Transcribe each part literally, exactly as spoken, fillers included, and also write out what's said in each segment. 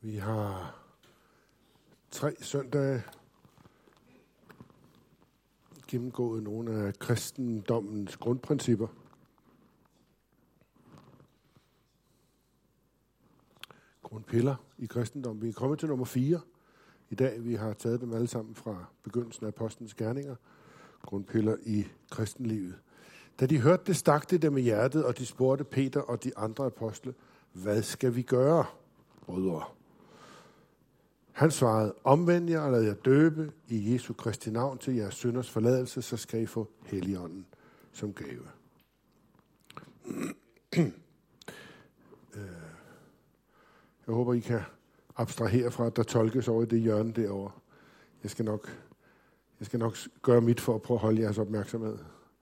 Vi har tre søndage gennemgået nogle af kristendommens grundprincipper. Grundpiller i kristendommen. Vi er kommet til nummer fire i dag. Vi har taget dem alle sammen fra begyndelsen af apostlens gerninger. Grundpiller i kristenlivet. Da de hørte det, stak det dem i hjertet, og de spurgte Peter og de andre apostle, hvad skal vi gøre, brødre? Han svarede, omvend jer og lad jer døbe i Jesu Kristi navn til jeres synders forladelse, så skal I få Helligånden som gave. Jeg håber, I kan abstrahere fra, at der tolkes over i det hjørne derovre. Jeg skal nok, jeg skal nok gøre mit for at prøve at holde jeres opmærksomhed.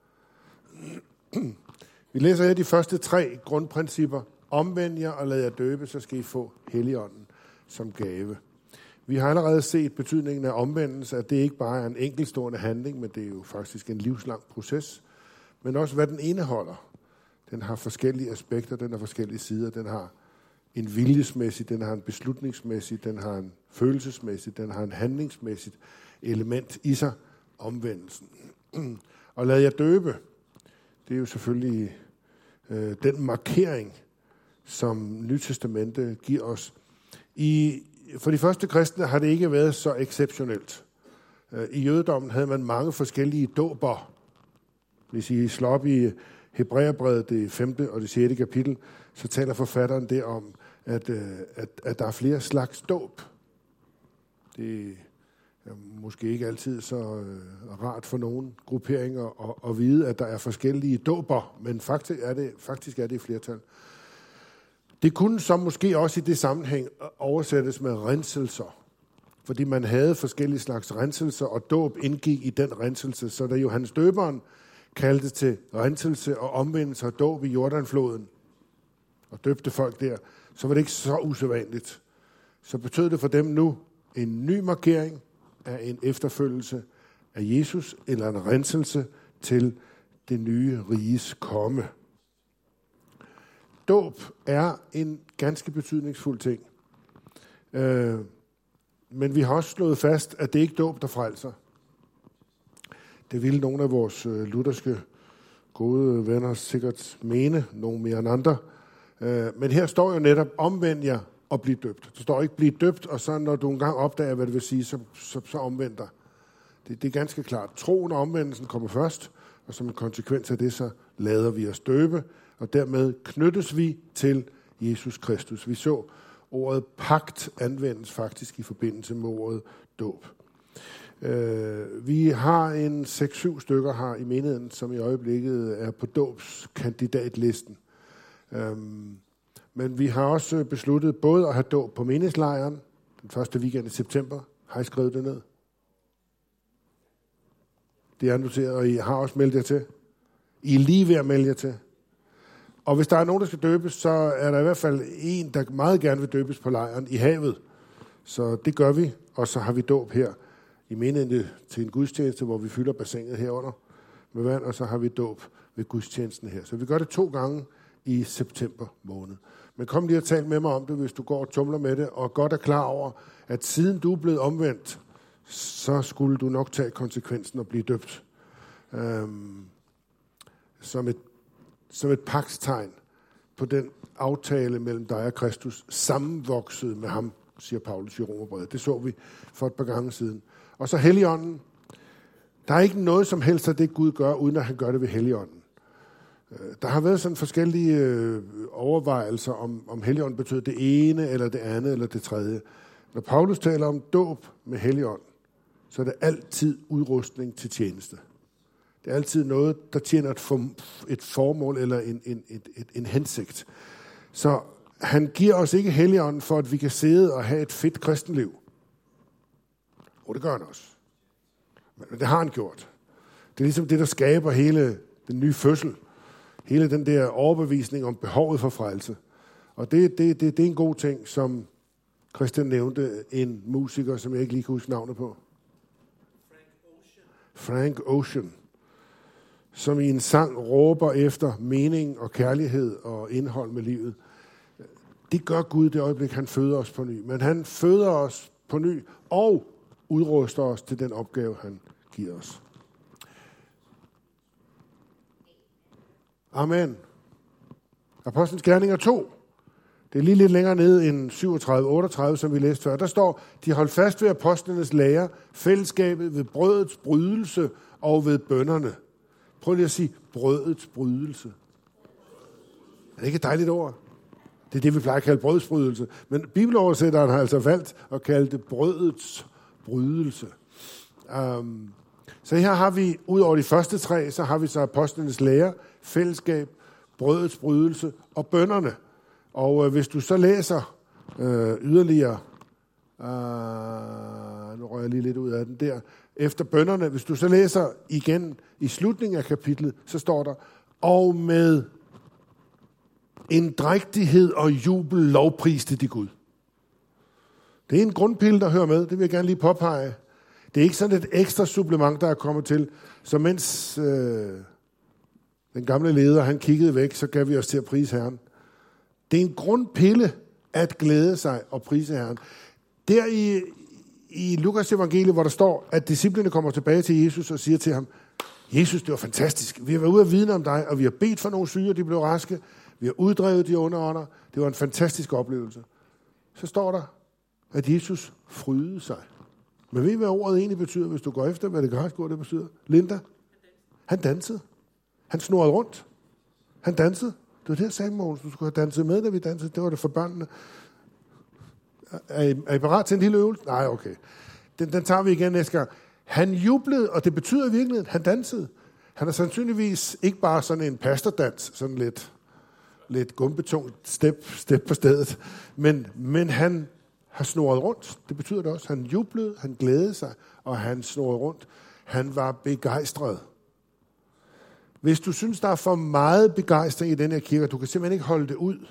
Vi læser her de første tre grundprincipper. Omvend jer og lad jer døbe, så skal I få Helligånden som gave. Vi har allerede set betydningen af omvendelse, at det ikke bare er en enkeltstående handling, men det er jo faktisk en livslang proces. Men også hvad den indeholder. Den har forskellige aspekter, den har forskellige sider. Den har en viljesmæssig, den har en beslutningsmæssig, den har en følelsesmæssig, den har en handlingsmæssigt element i sig, omvendelsen. Og lad jer døbe, det er jo selvfølgelig øh, den markering, som Nytestamentet giver os. I, for de første kristne har det ikke været så exceptionelt. Øh, I jødedommen havde man mange forskellige dåber. Hvis I slår op i Hebræerbrevet, det femte og det sjette kapitel, så taler forfatteren det om, at, at, at der er flere slags dåb. Det er måske ikke altid så uh, rart for nogle grupperinger at, at vide, at der er forskellige dåber, men faktisk er det, faktisk er det i flertal. Det kunne så måske også i det sammenhæng oversættes med renselser, fordi man havde forskellige slags renselser, og dåb indgik i den renselse. Så da Johannes Døberen kaldte til renselse og omvendelse og dåb i Jordanfloden, og døbte folk der, så var det ikke så usædvanligt. Så betød det for dem nu en ny markering af en efterfølgelse af Jesus, eller en renselse til det nye riges komme. Dåb er en ganske betydningsfuld ting. Øh, men vi har også slået fast, at det ikke er dåb, der frelser. Det ville nogle af vores øh, lutherske gode venner sikkert mene, nogle mere end andre. Øh, men her står jo netop, omvend jer og bliv døbt. Der står ikke, bliv døbt, og så når du engang opdager, hvad det vil sige, så, så, så omvend dig. Det, det er ganske klart. Troen og omvendelsen kommer først, og som en konsekvens af det, så lader vi os døbe, og dermed knyttes vi til Jesus Kristus. Vi så ordet pagt anvendes faktisk i forbindelse med ordet dåb. Uh, vi har en seks syv stykker her i menigheden, som i øjeblikket er på dåbskandidatlisten. Um, men vi har også besluttet både at have dåb på menighedslejren den første weekend i september. Har I skrevet det ned? Det er noteret, og I har også meldt jer til. I er lige ved at melde jer til. Og hvis der er nogen, der skal døbes, så er der i hvert fald en, der meget gerne vil døbes på lejren i havet. Så det gør vi, og så har vi dåb her i menigheden til en gudstjeneste, hvor vi fylder bassinet herunder med vand, og så har vi dåb ved gudstjenesten her. Så vi gør det to gange i september måned. Men kom lige og tal med mig om det, hvis du går og tumler med det, og godt er klar over, at siden du er blevet omvendt, så skulle du nok tage konsekvensen og blive døbt. Øhm, som et, som et pagtstegn på den aftale mellem dig og Kristus, sammenvokset med ham, siger Paulus i Romerbrevet. Det så vi for et par gange siden. Og så Helligånden. Der er ikke noget som helst af det, Gud gør, uden at han gør det ved Helligånden. Der har været sådan forskellige øh, overvejelser, om, om Helligånden betyder det ene, eller det andet, eller det tredje. Når Paulus taler om dåb med Helligånd, så er det altid udrustning til tjeneste. Det er altid noget, der tjener et, form, et formål eller en, en, et, et, en hensigt. Så han giver os ikke Helligånden for, at vi kan sidde og have et fedt kristenliv. Og det gør han også. Men det har han gjort. Det er ligesom det, der skaber hele den nye fødsel. Hele den der overbevisning om behovet for frelse. Og det, det, det, det er en god ting, som Christian nævnte, en musiker, som jeg ikke lige kan huske navnet på. Frank Ocean. Som i en sang råber efter mening og kærlighed og indhold med livet. Det gør Gud det øjeblik, han føder os på ny. Men han føder os på ny og udruster os til den opgave, han giver os. Amen. Apostlenes Gerninger to. Det er lige lidt længere nede end syvogtredive otteogtredive, som vi læste før. Der står, de holdt fast ved apostlenes lære, fællesskabet ved brødets brydelse og ved bønnerne. Prøv lige at sige, brødets brydelse. Er det ikke et dejligt ord? Det er det, vi plejer at kalde brødets brydelse. Men bibeloversætteren har altså valgt at kalde det brødets brydelse. Um, så her har vi, ud over de første tre, så har vi så apostlenes lære, fællesskab, brødets brydelse og bønnerne. Og øh, hvis du så læser øh, yderligere, øh, nu rører jeg lige lidt ud af den der, efter bønnerne, hvis du så læser igen i slutningen af kapitlet, så står der, og med en drægtighed og jubel lovpriste de Gud. Det er en grundpille, der hører med, det vil jeg gerne lige påpege. Det er ikke sådan et ekstra supplement, der er kommet til, så mens øh, den gamle leder, han kiggede væk, så gav vi os til at prise Herren. Det er en grundpille at glæde sig og prise Herren. Der i, i Lukas evangeliet, hvor der står, at disciplene kommer tilbage til Jesus og siger til ham, Jesus, det var fantastisk. Vi har været ude at vidne om dig, og vi har bedt for nogle syge, de blev raske. Vi har uddrevet de underånder. Det var en fantastisk oplevelse. Så står der, at Jesus frydede sig. Men ved I, hvad ordet egentlig betyder, hvis du går efter, hvad det græske ord det betyder? Linda? Han dansede. Han snurrede rundt. Han dansede. Det var det, jeg sagde, Mogens. Du skulle have danset med, da vi dansede. Det var det for børnene. Er I, er I parat til en lille øvelse? Nej, okay. Den, den tager vi igen næste gang. Han jublede, og det betyder virkelig, at han dansede. Han er sandsynligvis ikke bare sådan en pastordans, sådan lidt, lidt gumbetungt step, step på stedet, men, men han har snurret rundt. Det betyder det også. Han jublede, han glædede sig, og han snurrede rundt. Han var begejstret. Hvis du synes, der er for meget begejstring i den her kirke, du kan simpelthen ikke holde det ud.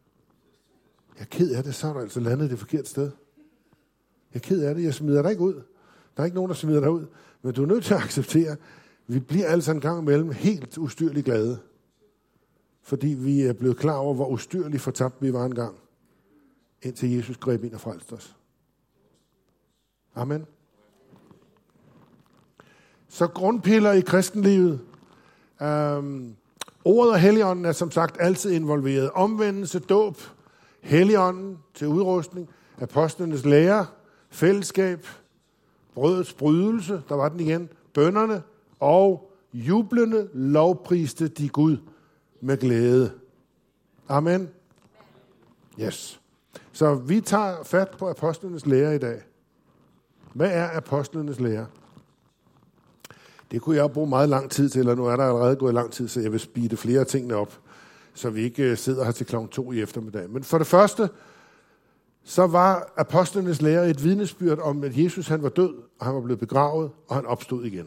Jeg er ked af det, så er du altså landet det forkerte sted. Jeg er ked af det, jeg smider dig ikke ud. Der er ikke nogen, der smider dig ud. Men du er nødt til at acceptere, at vi bliver altså en gang imellem helt ustyrligt glade. Fordi vi er blevet klar over, hvor ustyrligt fortabt vi var engang. Indtil Jesus greb ind og frelste os. Amen. Så grundpiller i kristenlivet. Um, ordet og Helligånden er som sagt altid involveret. Omvendelse, dåb, Helligånden til udrustning, apostlenes lære, fællesskab, brødets brydelse, der var den igen, bønnerne og jublende lovpriste de Gud med glæde. Amen. Yes. Så vi tager fat på apostlenes lære i dag. Hvad er apostlenes lære? Det kunne jeg bruge meget lang tid til, og nu er der allerede gået lang tid, så jeg vil speede flere af tingene op, så vi ikke sidder her til klokken to i eftermiddag. Men for det første, så var apostlenes lære et vidnesbyrd om, at Jesus han var død, og han var blevet begravet, og han opstod igen.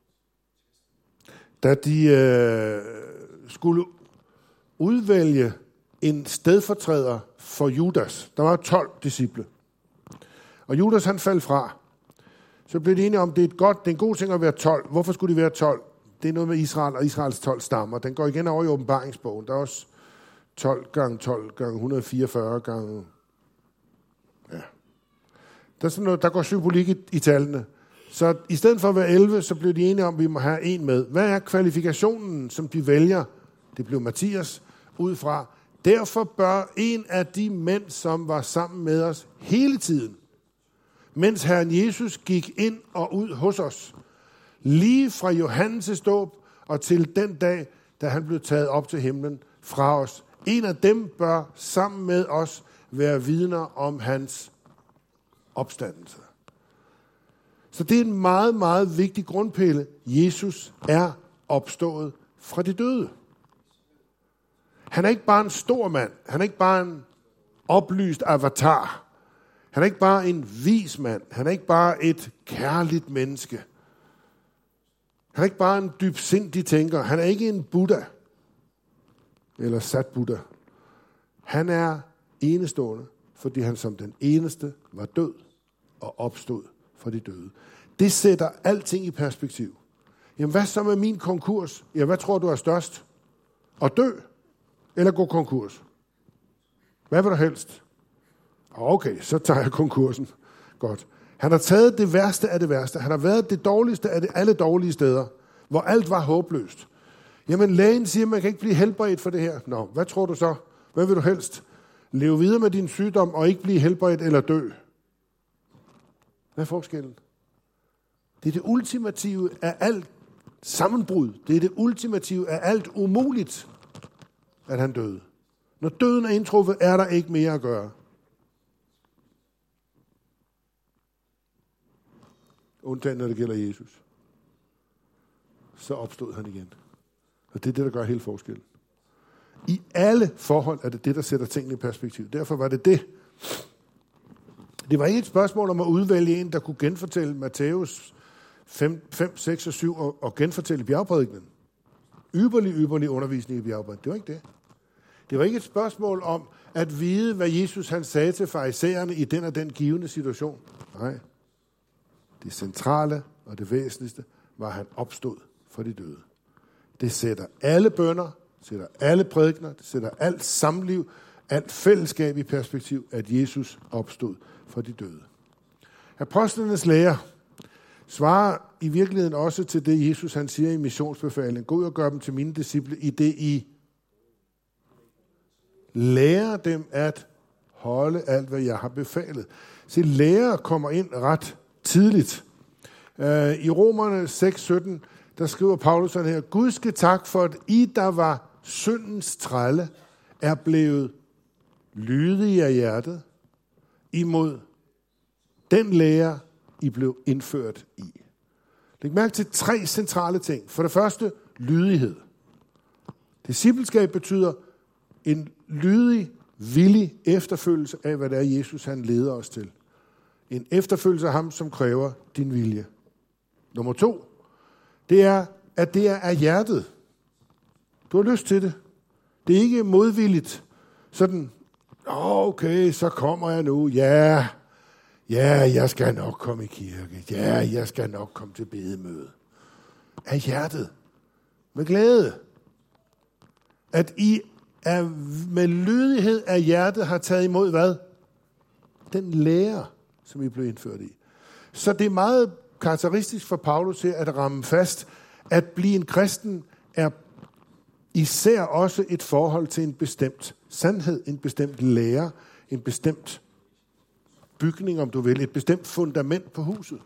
Da de øh, skulle udvælge en stedfortræder for Judas, der var tolv disciple, og Judas han faldt fra, så blev de enige om, at det er, et godt, det er en god ting at være tolv. Hvorfor skulle de være tolv? Det er noget med Israel og Israels tolv stammer. Den går igen over i åbenbaringsbogen. Der er også tolv gange tolv gange et hundrede og fireogfyrre gange... Ja. Der er sådan noget, der går symbolik i, i tallene. Så i stedet for at være elleve, så blev de enige om, at vi må have en med. Hvad er kvalifikationen, som de vælger? Det blev Mathias ud fra. Derfor bør en af de mænd, som var sammen med os hele tiden, mens Herren Jesus gik ind og ud hos os, lige fra Johannes' dåb og til den dag, da han blev taget op til himlen fra os. En af dem bør sammen med os være vidner om hans opstandelse. Så det er en meget, meget vigtig grundpille. Jesus er opstået fra de døde. Han er ikke bare en stor mand. Han er ikke bare en oplyst avatar. Han er ikke bare en vis mand. Han er ikke bare et kærligt menneske. Han er ikke bare en dybsindig tænker. Han er ikke en Buddha. Eller sat Buddha. Han er enestående, fordi han som den eneste var død og opstod fra de døde. Det sætter alting i perspektiv. Jamen hvad så med min konkurs? Ja, hvad tror du er størst? At dø eller gå konkurs? Hvad vil du helst? Okay, så tager jeg konkursen. Godt. Han har taget det værste af det værste. Han har været det dårligste af det, alle dårlige steder, hvor alt var håbløst. Jamen, lægen siger, at man kan ikke blive helbredt for det her. Nå, hvad tror du så? Hvad vil du helst? Leve videre med din sygdom og ikke blive helbredt eller dø? Hvad er forskellen? Det er det ultimative af alt sammenbrud. Det er det ultimative af alt umuligt, at han døde. Når døden er indtruffet, er der ikke mere at gøre. Undtagen når det gælder Jesus. Så opstod han igen. Og det er det, der gør hele forskellen. I alle forhold er det det, der sætter tingene i perspektiv. Derfor var det det. Det var ikke et spørgsmål om at udvælge en, der kunne genfortælle Matthæus fem, seks og syv og, og genfortælle bjergprædikenen. Ypperlig, ypperlig undervisning i bjergprædikenen. Det var ikke det. Det var ikke et spørgsmål om at vide, hvad Jesus han sagde til farisæerne i den og den givende situation. Nej. Det centrale og det væsentligste var, at han opstod for de døde. Det sætter alle bønner, sætter alle prædikener, det sætter alt samliv, alt fællesskab i perspektiv, at Jesus opstod for de døde. Apostlenes lære svarer i virkeligheden også til det, Jesus han siger i missionsbefalingen. Gå ud og gør dem til mine disciple i det, I lærer dem at holde alt, hvad jeg har befalet. Så lærer kommer ind ret tidligt. I Romerne seks sytten, der skriver Paulus sådan her: Gud skal tak for, at I, der var syndens trælle, er blevet lydige af hjertet imod den lære, I blev indført i. Læg mærke til tre centrale ting. For det første, lydighed. Discipleskab betyder en lydig, villig efterfølgelse af, hvad det er, Jesus han leder os til. En efterfølgelse af ham, som kræver din vilje. Nummer to, det er, at det er af hjertet. Du har lyst til det. Det er ikke modvilligt. Sådan, okay, så kommer jeg nu. Ja, ja, jeg skal nok komme i kirke. Ja, jeg skal nok komme til bedemøde. Af hjertet. Med glæde. At I er med lydighed af hjertet har taget imod hvad? Den lære, som I blev indført i. Så det er meget karakteristisk for Paulus her at ramme fast, at blive en kristen er især også et forhold til en bestemt sandhed, en bestemt lære, en bestemt bygning, om du vil, et bestemt fundament på huset.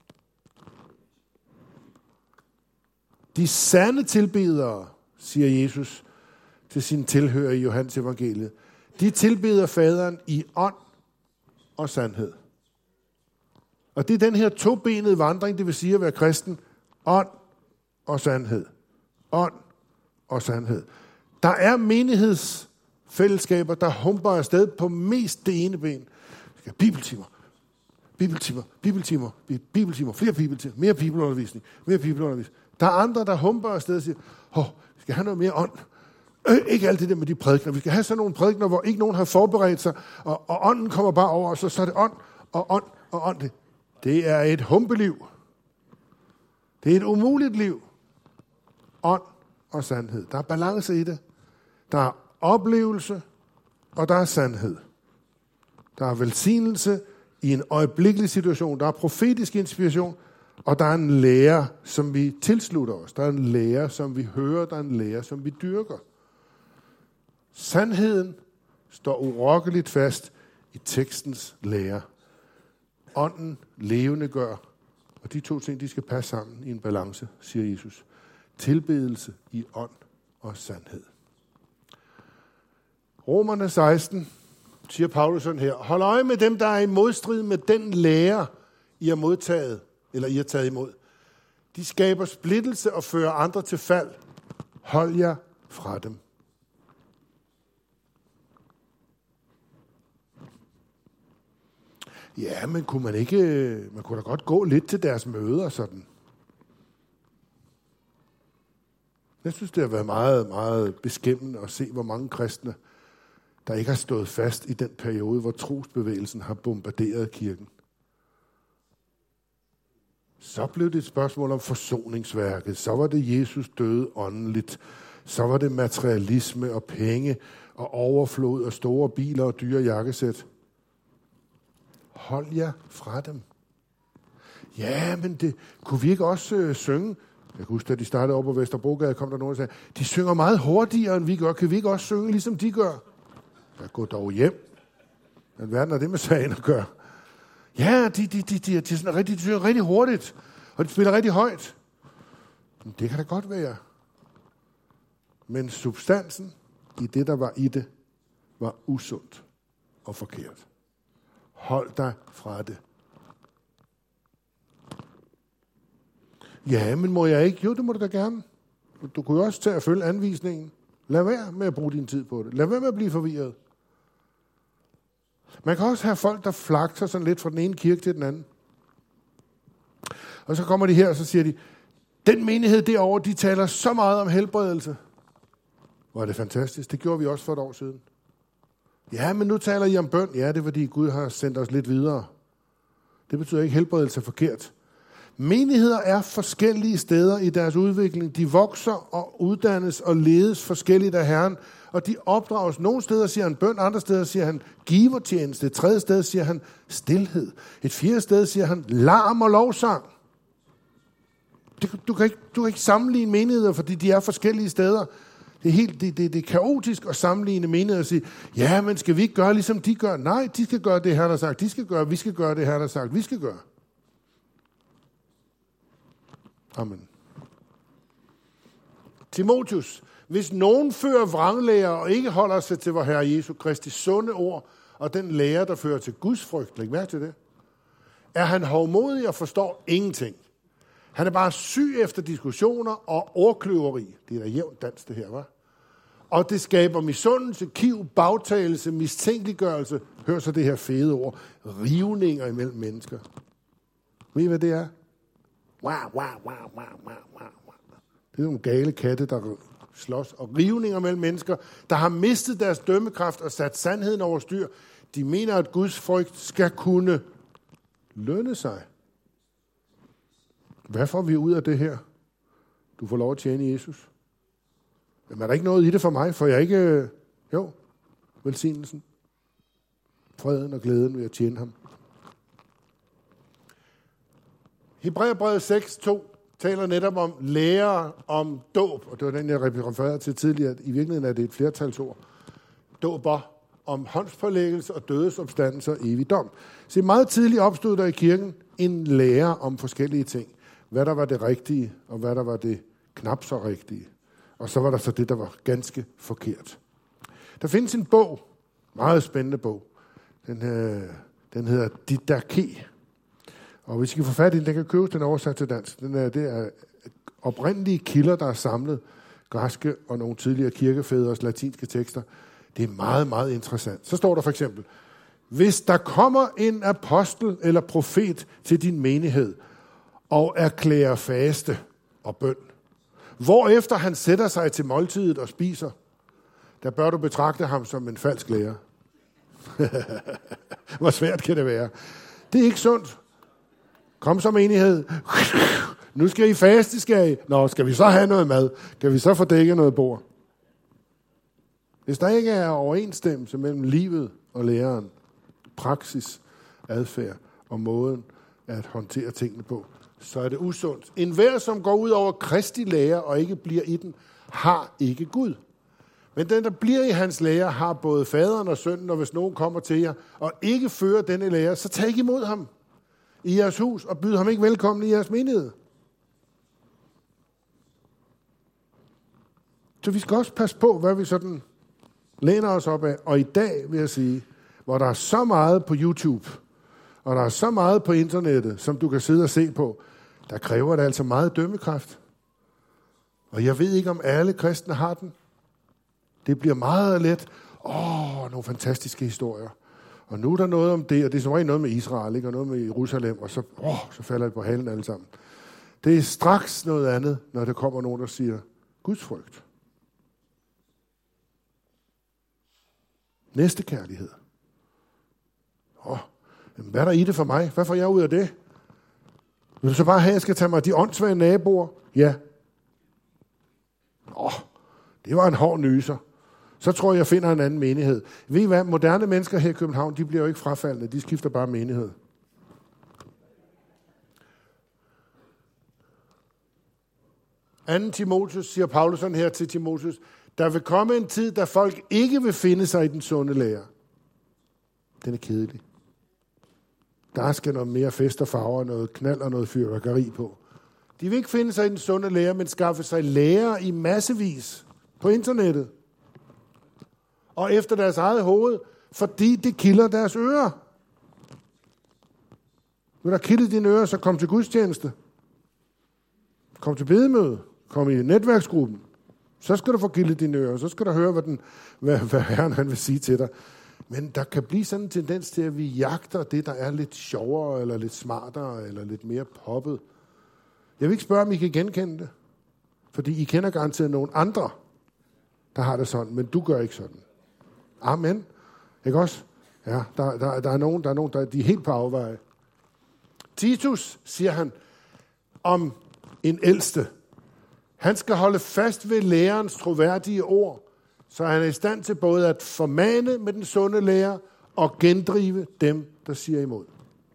De sande tilbedere, siger Jesus til sine tilhørere i Johannes evangeliet, de tilbeder faderen i ånd og sandhed. Og det er den her tobenede vandring, det vil sige at være kristen, ånd og sandhed. Ånd og sandhed. Der er menighedsfællesskaber, der humper afsted på mest det ene ben. Vi skal have bibeltimer, bibeltimer, bibeltimer, bibeltimer, flere bibeltimer, mere bibelundervisning, mere bibelundervisning. Der er andre, der humper afsted og siger, åh, vi skal have noget mere ånd. Øh, ikke alt det der med de prædikener. Vi skal have sådan nogle prædikener, hvor ikke nogen har forberedt sig, og, og ånden kommer bare over, og så, så er det ånd og ånd og ånd. Det, det er et humpeliv. Det er et umuligt liv. Ånd og sandhed. Der er balance i det. Der er oplevelse, og der er sandhed. Der er velsignelse i en øjeblikkelig situation. Der er profetisk inspiration, og der er en lære, som vi tilslutter os. Der er en lære, som vi hører. Der er en lære, som vi dyrker. Sandheden står urokkeligt fast i tekstens lære. Ånden levende gør, og de to ting, de skal passe sammen i en balance, siger Jesus. Tilbedelse i ånd og sandhed. Romerne seksten siger Paulus sådan her: hold øje med dem, der er i modstrid med den lære, I har modtaget, eller I har taget imod. De skaber splittelse og fører andre til fald. Hold jer fra dem. Ja, men kunne man ikke, man kunne da godt gå lidt til deres møder sådan. Jeg synes, det har været meget, meget beskæmmende at se, hvor mange kristne, der ikke har stået fast i den periode, hvor trosbevægelsen har bombarderet kirken. Så blev det et spørgsmål om forsoningsværket. Så var det Jesus døde åndeligt. Så var det materialisme og penge og og overflod og store biler og dyre jakkesæt. Hold jer fra dem. Ja, men det kunne vi ikke også øh, synge? Jeg kan huske, da de startede over på Vesterbrogade, kom der nogen og sagde, de synger meget hurtigere, end vi gør. Kan vi ikke også synge, ligesom de gør? Ja, gå dog hjem. Men verden er det med sagen at gøre. Ja, de, de, de, de, de, er rigtig, de synger rigtig hurtigt, og de spiller rigtig højt. Men det kan da godt være. Men substansen i det, der var i det, var usundt og forkert. Hold dig fra det. Ja, men må jeg ikke? Jo, det må du da gerne. Du kunne jo også tage at følge anvisningen. Lad være med at bruge din tid på det. Lad være med at blive forvirret. Man kan også have folk, der flagter sådan lidt fra den ene kirke til den anden. Og så kommer de her, og så siger de, den menighed derovre, de taler så meget om helbredelse. Var det fantastisk? Det gjorde vi også for et år siden. Ja, men nu taler I om bøn. Ja, det er fordi Gud har sendt os lidt videre. Det betyder ikke helbredelse er forkert. Menigheder er forskellige steder i deres udvikling. De vokser og uddannes og ledes forskelligt af Herren. Og de opdrages. Nogle steder siger han bøn, andre steder siger han givertjeneste. Et tredje sted siger han stilhed. Et fjerde sted siger han larm og lovsang. Det, du, kan ikke, du kan ikke sammenligne menigheder, fordi de er forskellige steder. Det er, helt, det, det, det er kaotisk at sammenligne menigheder og sige, ja, men skal vi ikke gøre, ligesom de gør? Nej, de skal gøre det, Herren har sagt. De skal gøre, vi skal gøre det, Herren har sagt. Vi skal gøre. Amen. Timotheus, hvis nogen fører vranglærer og ikke holder sig til vor Herre Jesu Kristi sunde ord, og den lære, der fører til Guds frygt, læg mærke til det, er han hovmodig og forstår ingenting. Han er bare syg efter diskussioner og ordkløveri. Det er da jævnt dans, det her, hva'? Og det skaber misundelse, kiv, bagtagelse, mistænkeliggørelse. Hør så det her fede ord. Rivninger imellem mennesker. Ved I, hvad det er? Wow, wow, wow, wow, wow, wow. Det er nogle gale katte, der slås. Og rivninger mellem mennesker, der har mistet deres dømmekraft og sat sandheden over styr. De mener, at Guds frygt skal kunne lønne sig. Hvad får vi ud af det her? Du får lov at tjene Jesus. Jamen er der ikke noget i det for mig? Får jeg ikke, jo, velsignelsen, freden og glæden ved at tjene ham? Hebræerbrevet seks to taler netop om lære om dåb, og det var den, jeg refererede til tidligere. I virkeligheden er det et flertalsord. Dåber om håndspålæggelse og dødesopstandelse og evig dom. Så meget tidligt opstod der i kirken en lære om forskellige ting. Hvad der var det rigtige, og hvad der var det knap så rigtige. Og så var der så det, der var ganske forkert. Der findes en bog, meget spændende bog. Den, øh, den hedder Didache. Og hvis I kan få fat i den, den kan købes, den er oversat til dansk. Den er, det er oprindelige kilder, der er samlet, græske og nogle tidligere kirkefædres latinske tekster. Det er meget, meget interessant. Så står der for eksempel, hvis der kommer en apostel eller profet til din menighed, og erklærer faste og bøn, hvorefter han sætter sig til måltidet og spiser, der bør du betragte ham som en falsk lærer. Hvor svært kan det være? Det er ikke sundt. Kom som menighed. Nu skal I faste, skal I. Nå, skal vi så have noget mad? Kan vi så få dækket noget bord? Hvis der ikke er overensstemmelse mellem livet og læreren, praksis, adfærd og måden at håndtere tingene på, så er det usundt. Enhver, som går ud over Kristi lære og ikke bliver i den, har ikke Gud. Men den, der bliver i hans lære, har både faderen og sønnen, og hvis nogen kommer til jer og ikke fører denne lære, så tag ikke imod ham i jeres hus og byd ham ikke velkommen i jeres menighed. Så vi skal også passe på, hvad vi sådan læner os op af. Og i dag vil jeg sige, hvor der er så meget på YouTube, og der er så meget på internettet, som du kan sidde og se på, der kræver det altså meget dømmekraft. Og jeg ved ikke, om alle kristne har den. Det bliver meget let. Åh, nogle fantastiske historier. Og nu er der noget om det, og det er som regel noget med Israel, ikke? Og noget med Jerusalem, og så, åh, så falder det på halen alle sammen. Det er straks noget andet, når der kommer nogen, der siger, Guds frygt. Næste kærlighed. Åh, hvad er der i det for mig? Hvad får jeg ud af det? Vil du så bare have, at jeg skal tage mig de åndssvage naboer? Ja. Åh, det var en hård nyser. Så tror jeg, jeg finder en anden menighed. Ved I hvad? Moderne mennesker her i København, de bliver jo ikke frafaldende. De skifter bare menighed. anden Timotheus siger Paulus sådan her til Timotheus, der vil komme en tid, da folk ikke vil finde sig i den sunde lære. Den er kedelig. Der skal noget mere fest og farver, noget knald og noget fyrværkeri på. De vil ikke finde sig i den sunde lære, men skaffe sig lære i massevis på internettet. Og efter deres eget hoved, fordi det kilder deres ører. Når der kilder dine ører, så kom til gudstjeneste. Kom til bedemøde. Kom i netværksgruppen. Så skal du få kildet dine ører. Så skal du høre, hvad, den, hvad, hvad Herren han vil sige til dig. Men der kan blive sådan en tendens til, at vi jagter det, der er lidt sjovere, eller lidt smartere, eller lidt mere poppet. Jeg vil ikke spørge, om I kan genkende det. Fordi I kender garanteret nogle andre, der har det sådan, men du gør ikke sådan. Amen. Ikke også? Ja, der, der, der er nogen, der er nogen, der de er helt på afveje. Titus, siger han, om en ældste. Han skal holde fast ved lærerens troværdige ord, så han er i stand til både at formane med den sunde lære og gendrive dem, der siger imod.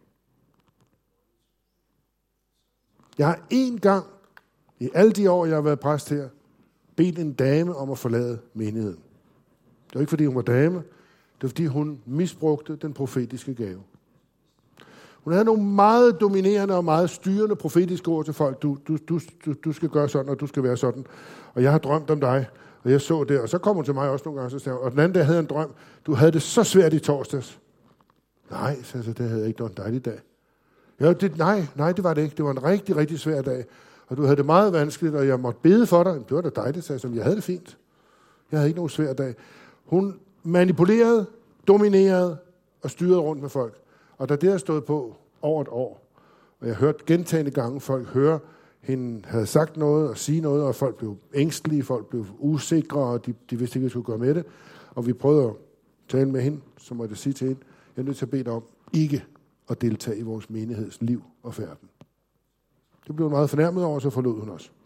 Jeg har én gang, i alle de år, jeg har været præst her, bedt en dame om at forlade menigheden. Det var ikke, fordi hun var dame. Det var, fordi hun misbrugte den profetiske gave. Hun havde nogle meget dominerende og meget styrende profetiske ord til folk. Du, du, du, du, du skal gøre sådan, og du skal være sådan. Og jeg har drømt om dig, og jeg så det. Og så kom hun til mig også nogle gange, så sagde hun, og den anden dag havde jeg en drøm. Du havde det så svært i torsdags. Nej, så det havde jeg ikke. Det var en dejlig dag. Ja, det, nej, nej, det var det ikke. Det var en rigtig, rigtig svær dag. Og du havde det meget vanskeligt, og jeg måtte bede for dig. Det var da dejligt, sagde jeg. Jeg havde det fint. Jeg havde ikke nogen svær dag. Hun manipulerede, dominerede og styrede rundt med folk. Og da det har stået på over et år, og jeg hørte gentagne gange folk høre, hende havde sagt noget og sige noget, og folk blev ængstelige, folk blev usikre, og de, de vidste ikke, hvad de skulle gøre med det. Og vi prøvede at tale med hende, så måtte jeg sige til hende, jeg er nødt til at bede dig om ikke at deltage i vores menigheds liv og færden. Det blev hun meget fornærmet over, så forlod hun os.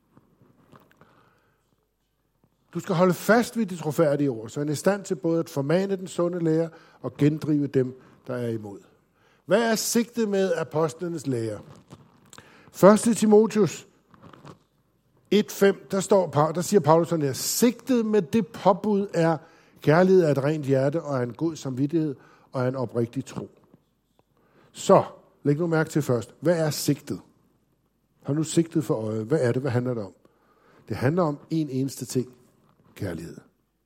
Du skal holde fast ved de trofærdige ord, så han er i stand til både at formane den sunde lære og gendrive dem, der er imod. Hvad er sigtet med apostlenes lære? første Timotheus et fem, der, står, der siger Paulus sådan her, sigtet med det påbud er kærlighed af et rent hjerte og af en god samvittighed og af en oprigtig tro. Så, læg nu mærke til først, hvad er sigtet? Har nu sigtet for øje? Hvad er det? Hvad handler det om? Det handler om en eneste ting. Kærlighed.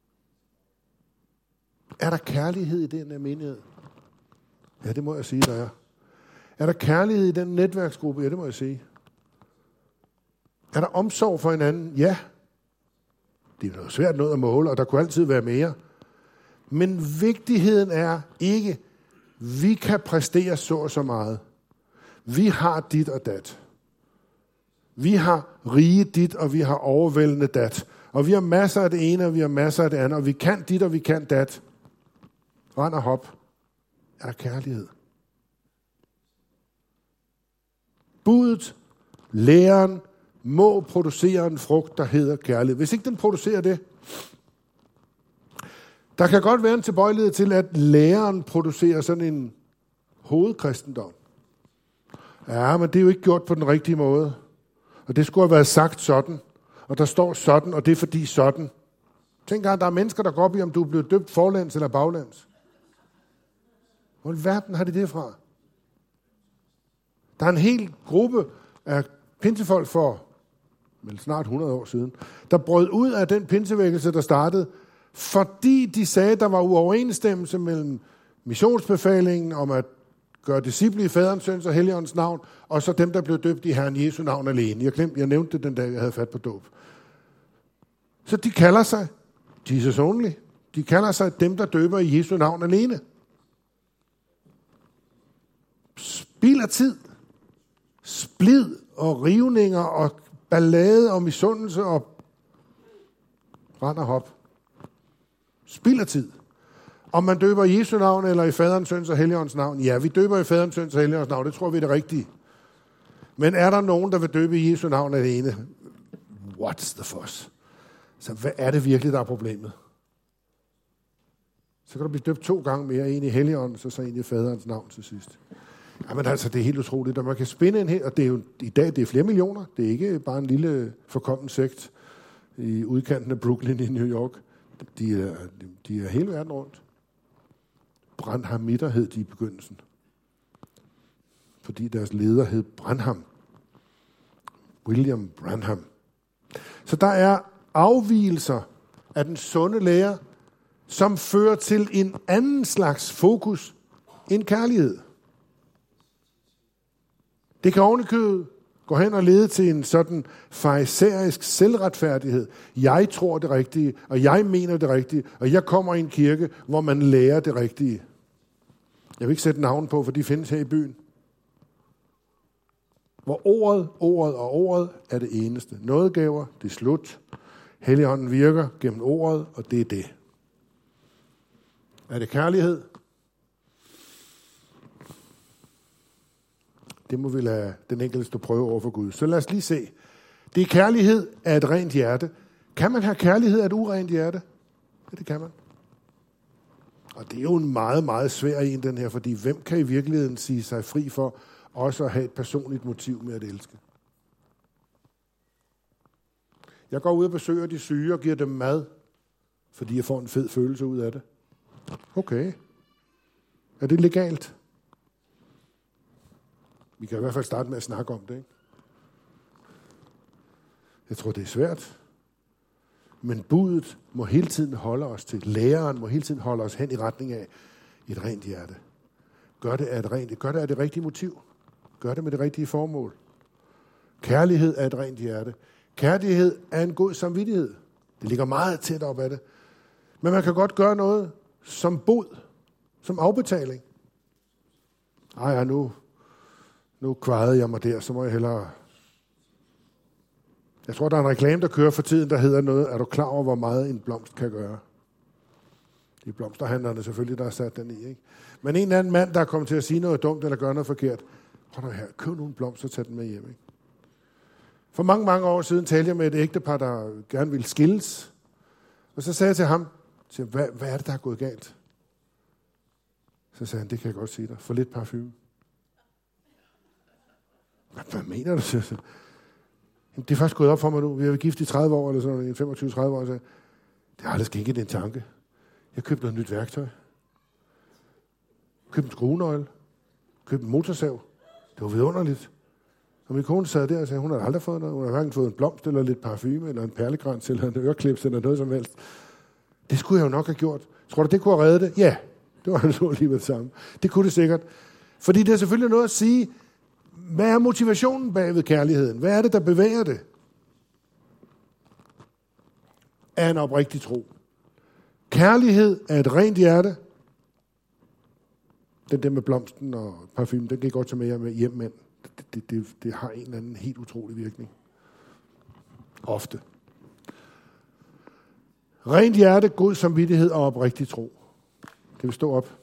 Er der kærlighed i den her menighed? Ja, det må jeg sige, der er. Er der kærlighed i den netværksgruppe? Ja, det må jeg sige. Er der omsorg for hinanden? Ja. Det er noget svært noget at måle, og der kunne altid være mere. Men vigtigheden er ikke, vi kan præstere så og så meget. Vi har dit og dat. Vi har rige dit, og vi har overvældende dat. Og vi har masser af det ene, og vi har masser af det andet, og vi kan dit, og vi kan dat. Rend og hop. Er der kærlighed? Budet, læren, må producere en frugt, der hedder kærlighed. Hvis ikke den producerer det, der kan godt være en tilbøjelighed til, at læreren producerer sådan en hovedkristendom. Ja, men det er jo ikke gjort på den rigtige måde. Og det skulle have været sagt sådan. Og der står sådan, og det er fordi sådan. Tænk engang, der er mennesker, der går op i, om du er blevet døbt forlands eller baglands. Hvor i verden har de det fra? Der er en hel gruppe af pinsefolk for vel snart hundrede år siden, der brød ud af den pinsevækkelse, der startede, fordi de sagde, der var uoverensstemmelse mellem missionsbefalingen om at gøre disciple i faderens, søns og helligåndens navn, og så dem, der blev døbt i Herren Jesu navn alene. Jeg glemte, jeg nævnte det den dag, jeg havde fat på dåb. Så de kalder sig Jesus only. De kalder sig dem, der døber i Jesu navn alene. Spild af tid, splid og rivninger og ballade og misundelse og rend og hop. Spild af tid. Om man døber i Jesu navn eller i faderens, søns og helligåndens navn. Ja, vi døber i faderens, søns og helligåndens navn. Det tror vi er det rigtige. Men er der nogen, der vil døbe i Jesu navn alene? What's the fuss? Så hvad er det virkelig, der er problemet? Så kan du blive døbt to gange mere, en i Helligånden, så så en i faderens navn til sidst. Jamen altså, det er helt utroligt, og man kan spinde en her, og det er jo i dag, det er flere millioner. Det er ikke bare en lille forkommen sekt i udkanten af Brooklyn i New York. De er, de er hele verden rundt. Branhamitter hed de i begyndelsen. Fordi deres leder hed Branham. William Branham. Så der er afvigelser af den sunde lære, som fører til en anden slags fokus end kærlighed. Det kan ovenikøbet gå hen og lede til en sådan farisæisk selvretfærdighed. Jeg tror det rigtige, og jeg mener det rigtige, og jeg kommer i en kirke, hvor man lærer det rigtige. Jeg vil ikke sætte navn på, for de findes her i byen. Hvor ordet, ordet og ordet er det eneste. Nådegaver, det er slut. Helligånden virker gennem ordet, og det er det. Er det kærlighed? Det må vi lade den enkelte stå prøve over for Gud. Så lad os lige se. Det er kærlighed af et rent hjerte. Kan man have kærlighed af et urent hjerte? Ja, det kan man. Og det er jo en meget, meget svær en, den her, fordi hvem kan i virkeligheden sige sig fri for også at have et personligt motiv med at elske? Jeg går ud og besøger de syge og giver dem mad, fordi jeg får en fed følelse ud af det. Okay. Er det legalt? Vi kan i hvert fald starte med at snakke om det, ikke? Jeg tror, det er svært. Men budet må hele tiden holde os til. Læreren må hele tiden holde os hen i retning af et rent hjerte. Gør det af et rent, gør det af det rigtige motiv. Gør det med det rigtige formål. Kærlighed er et rent hjerte. Kærlighed er en god samvittighed. Det ligger meget tæt op af det. Men man kan godt gøre noget som bod, som afbetaling. Ej, ja, nu, nu kvejede jeg mig der, så må jeg hellere... Jeg tror, der er en reklame, der kører for tiden, der hedder noget, er du klar over, hvor meget en blomst kan gøre? Det er blomsterhandlerne selvfølgelig, der har sat den i, ikke? Men en eller anden mand, der er kommet til at sige noget dumt, eller gøre noget forkert, prøv nu her, køb nogle blomster og tag den med hjem, ikke? For mange, mange år siden talte jeg med et ægtepar, der gerne ville skilles. Og så sagde jeg til ham, hvad, hvad er det, der er gået galt? Så sagde han, det kan jeg godt sige dig, for lidt parfume. Hvad, hvad mener du? Så? Det er først gået op for mig nu. Vi har været gift i tredive år, eller sådan noget, femogtyve til tredive år. Så det har aldrig skænket en tanke. Jeg købte noget nyt værktøj. Købte en skruenøgle. Købte en motorsav. Det var vidunderligt. Og min kone sad der og sagde, hun har aldrig fået noget. Hun har hverken fået en blomst, eller lidt parfume, eller en perlekrans, eller en øreklips, eller noget som helst. Det skulle jeg jo nok have gjort. Tror du, det kunne have reddet det? Ja, det var altså alligevel det samme. Det kunne det sikkert. Fordi det er selvfølgelig noget at sige, hvad er motivationen bag ved kærligheden? Hvad er det, der bevæger det? Er en oprigtig tro. Kærlighed er et rent hjerte. Den der med blomsten og parfume, den kan godt tage med jer med hjem, men det, det, det, det har en eller anden helt utrolig virkning. Ofte. Rent hjerte, god samvittighed og oprigtig tro. Kan vi stå op?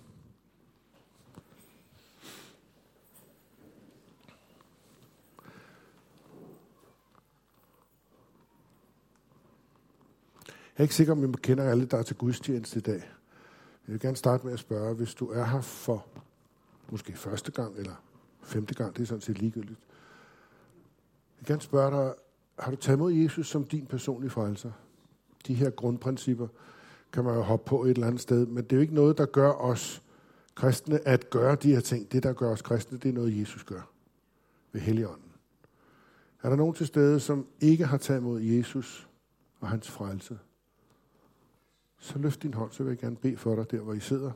Jeg er ikke sikker, om vi kender alle, der er til gudstjeneste i dag. Jeg vil gerne starte med at spørge, hvis du er her for måske første gang eller femte gang, det er sådan set ligegyldigt. Jeg vil gerne spørge dig, har du taget mod Jesus som din personlige frelser? De her grundprincipper kan man jo hoppe på et eller andet sted, men det er jo ikke noget, der gør os kristne at gøre de her ting. Det, der gør os kristne, det er noget, Jesus gør ved Helligånden. Er der nogen til stede, som ikke har taget mod Jesus og hans frelse? Så løft din hånd, så vil jeg gerne bede for dig, der hvor I sidder.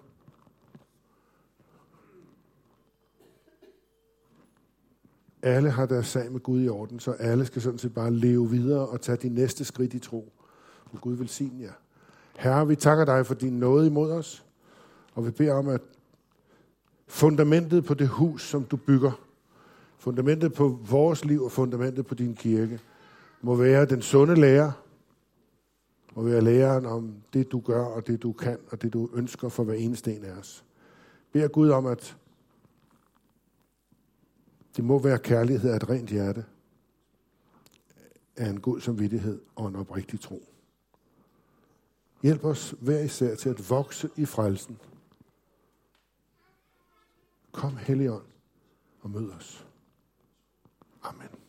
Alle har deres sag med Gud i orden, så alle skal sådan set bare leve videre og tage de næste skridt i tro. Og Gud velsigne jer. Herre, vi takker dig for din nåde imod os, og vi beder om, at fundamentet på det hus, som du bygger, fundamentet på vores liv og fundamentet på din kirke, må være den sunde lære, må være læreren om det, du gør, og det, du kan, og det, du ønsker for hver eneste en af os. Beder Gud om, at det må være kærlighed af et rent hjerte, af en god samvittighed og en oprigtig tro. Hjælp os hver især til at vokse i frelsen. Kom, Helligånd, og mød os. Amen.